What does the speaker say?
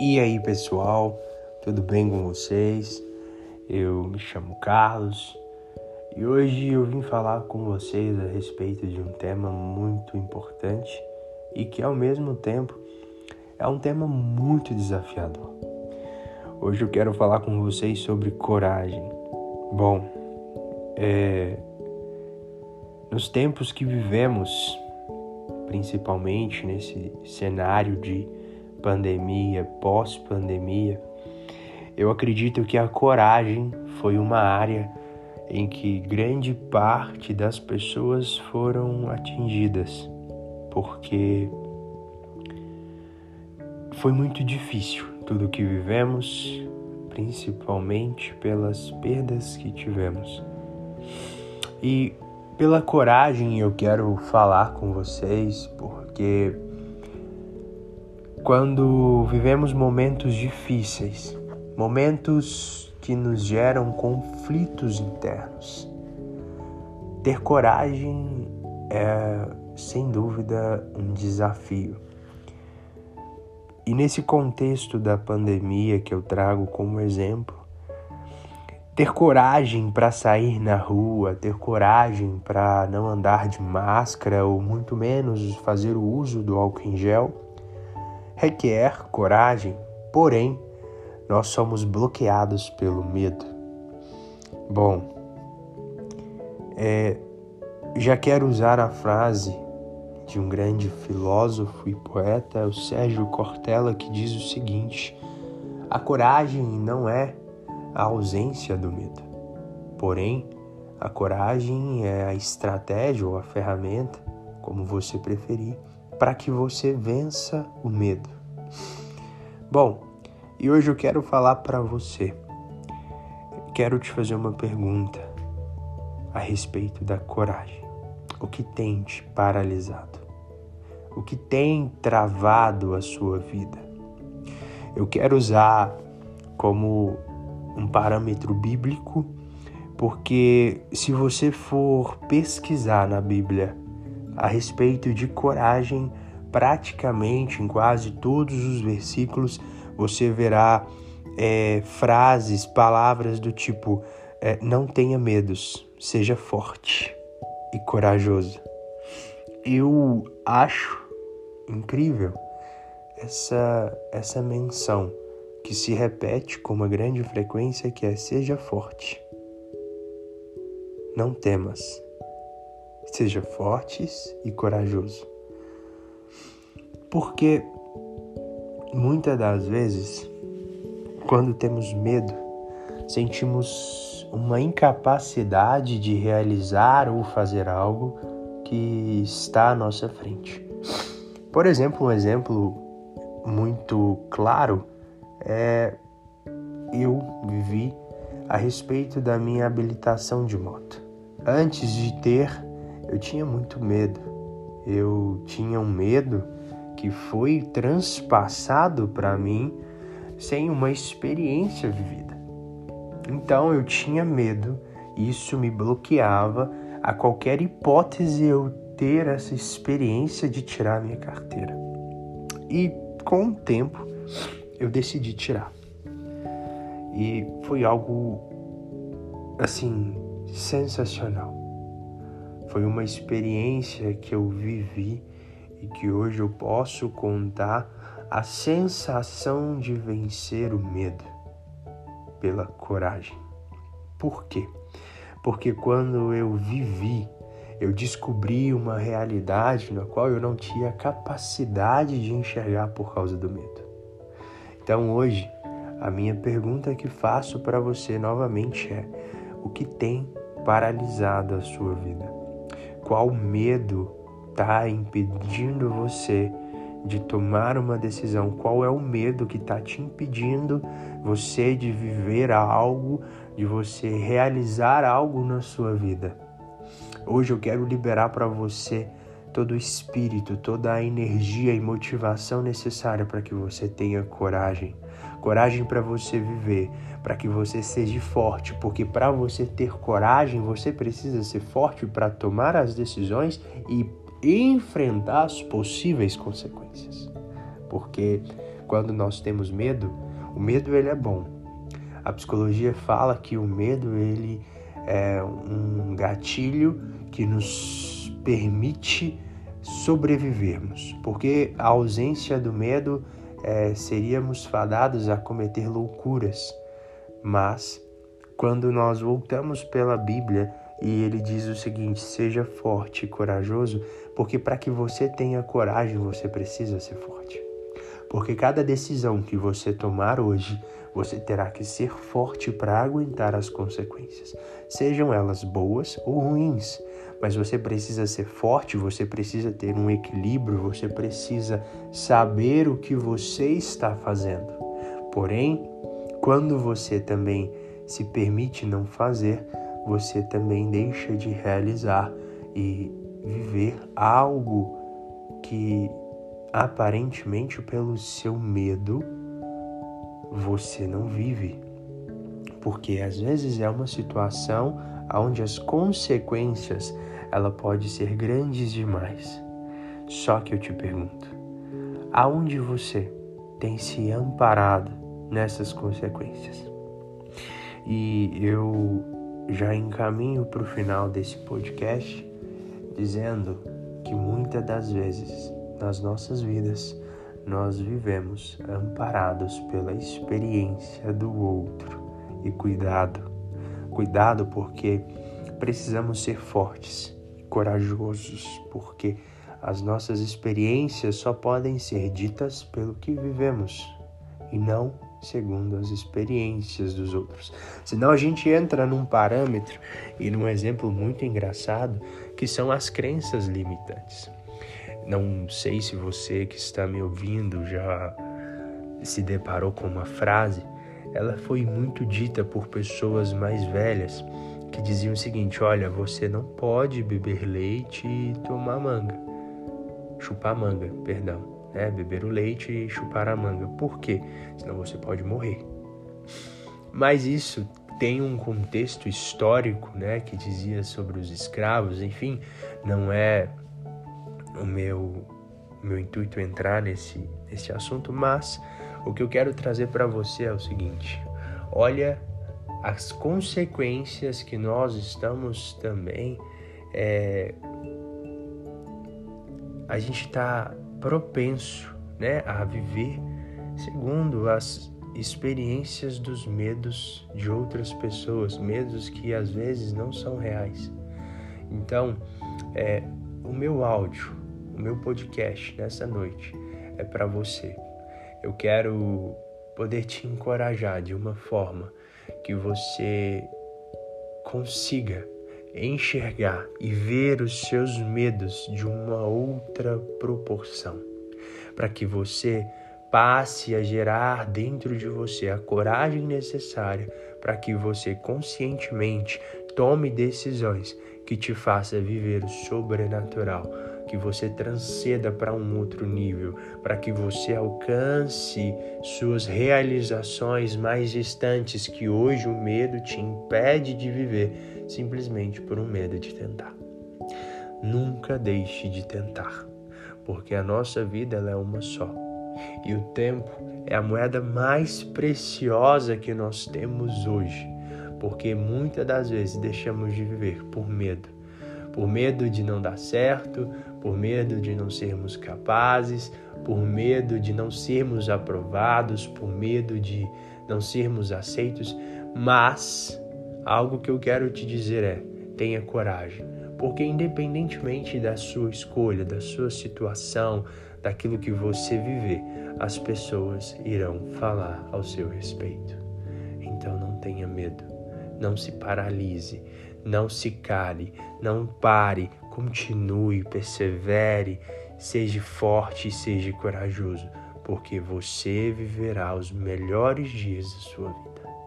E aí, pessoal, tudo bem com vocês? Eu me chamo Carlos e hoje eu vim falar com vocês a respeito de um tema muito importante e que ao mesmo tempo é um tema muito desafiador. Hoje eu quero falar com vocês sobre coragem. Bom, nos tempos que vivemos, principalmente nesse cenário de pandemia, pós-pandemia, eu acredito que a coragem foi uma área em que grande parte das pessoas foram atingidas, porque foi muito difícil tudo o que vivemos, principalmente pelas perdas que tivemos. E pela coragem eu quero falar com vocês, porque quando vivemos momentos difíceis, momentos que nos geram conflitos internos, ter coragem é, sem dúvida, um desafio. E nesse contexto da pandemia que eu trago como exemplo, ter coragem para sair na rua, ter coragem para não andar de máscara ou muito menos fazer o uso do álcool em gel, requer coragem, porém, nós somos bloqueados pelo medo. Bom, já quero usar a frase de um grande filósofo e poeta, o Sérgio Cortella, que diz o seguinte: a coragem não é a ausência do medo, porém, a coragem é a estratégia ou a ferramenta, como você preferir, para que você vença o medo. Bom, e hoje eu quero falar para você. Quero te fazer uma pergunta a respeito da coragem. O que tem te paralisado? O que tem travado a sua vida? Eu quero usar como um parâmetro bíblico, porque se você for pesquisar na Bíblia a respeito de coragem, praticamente em quase todos os versículos você verá frases, palavras do tipo não tenha medos, seja forte e corajoso. Eu acho incrível essa menção que se repete com uma grande frequência, que é seja forte, não temas, seja fortes e corajoso. Porque muitas das vezes, quando temos medo, sentimos uma incapacidade de realizar ou fazer algo que está à nossa frente. Por exemplo, um exemplo muito claro eu vivi a respeito da minha habilitação de moto. Antes de ter, eu tinha muito medo. Eu tinha um medo que foi transpassado para mim sem uma experiência vivida. Então eu tinha medo, isso me bloqueava a qualquer hipótese eu ter essa experiência de tirar a minha carteira. E com o tempo eu decidi tirar. E foi algo assim sensacional. Foi uma experiência que eu vivi e que hoje eu posso contar a sensação de vencer o medo pela coragem. Por quê? Porque quando eu vivi, eu descobri uma realidade na qual eu não tinha capacidade de enxergar por causa do medo. Então hoje, a minha pergunta que faço para você novamente é: o que tem paralisado a sua vida? Qual medo está impedindo você de tomar uma decisão? Qual é o medo que está te impedindo você de viver algo, de você realizar algo na sua vida? Hoje eu quero liberar para você todo o espírito, toda a energia e motivação necessária para que você tenha coragem. Coragem para você viver, para que você seja forte, porque para você ter coragem, você precisa ser forte para tomar as decisões e enfrentar as possíveis consequências. Porque quando nós temos medo, o medo ele é bom. A psicologia fala que o medo ele é um gatilho que nos permite sobrevivermos, porque a ausência do medo seríamos fadados a cometer loucuras. Mas quando nós voltamos pela Bíblia e ele diz o seguinte: seja forte e corajoso, porque para que você tenha coragem você precisa ser forte. Porque cada decisão que você tomar hoje, você terá que ser forte para aguentar as consequências, sejam elas boas ou ruins. Mas você precisa ser forte, você precisa ter um equilíbrio, você precisa saber o que você está fazendo. Porém, quando você também se permite não fazer, você também deixa de realizar e viver algo que aparentemente pelo seu medo você não vive. Porque às vezes é uma situação onde as consequências ela pode ser grandes demais. Só que eu te pergunto, aonde você tem se amparado nessas consequências? E eu já encaminho para o final desse podcast dizendo que muitas das vezes nas nossas vidas nós vivemos amparados pela experiência do outro. E cuidado porque precisamos ser fortes e corajosos, porque as nossas experiências só podem ser ditas pelo que vivemos e não segundo as experiências dos outros. Senão a gente entra num parâmetro e num exemplo muito engraçado, que são as crenças limitantes. Não sei se você que está me ouvindo já se deparou com uma frase. Ela foi muito dita por pessoas mais velhas que diziam o seguinte: olha, você não pode beber leite e chupar manga, beber o leite e chupar a manga. Por quê? Senão você pode morrer. Mas isso tem um contexto histórico, que dizia sobre os escravos. Enfim, não é o meu intuito entrar nesse assunto, mas o que eu quero trazer para você é o seguinte: olha as consequências que nós estamos também, a gente está propenso, a viver segundo as experiências dos medos de outras pessoas, medos que às vezes não são reais. Então, o meu áudio, o meu podcast nessa noite é para você. Eu quero poder te encorajar de uma forma que você consiga enxergar e ver os seus medos de uma outra proporção, para que você passe a gerar dentro de você a coragem necessária para que você conscientemente tome decisões que te faça viver o sobrenatural, que você transcenda para um outro nível, para que você alcance suas realizações mais distantes que hoje o medo te impede de viver, simplesmente por um medo de tentar. Nunca deixe de tentar, porque a nossa vida ela é uma só. E o tempo é a moeda mais preciosa que nós temos hoje, porque muitas das vezes deixamos de viver por medo de não dar certo, por medo de não sermos capazes, por medo de não sermos aprovados, por medo de não sermos aceitos. Mas algo que eu quero te dizer é: tenha coragem, porque independentemente da sua escolha, da sua situação, daquilo que você viver, as pessoas irão falar ao seu respeito. Então não tenha medo, não se paralise, não se cale, não pare, continue, persevere, seja forte e seja corajoso, porque você viverá os melhores dias da sua vida.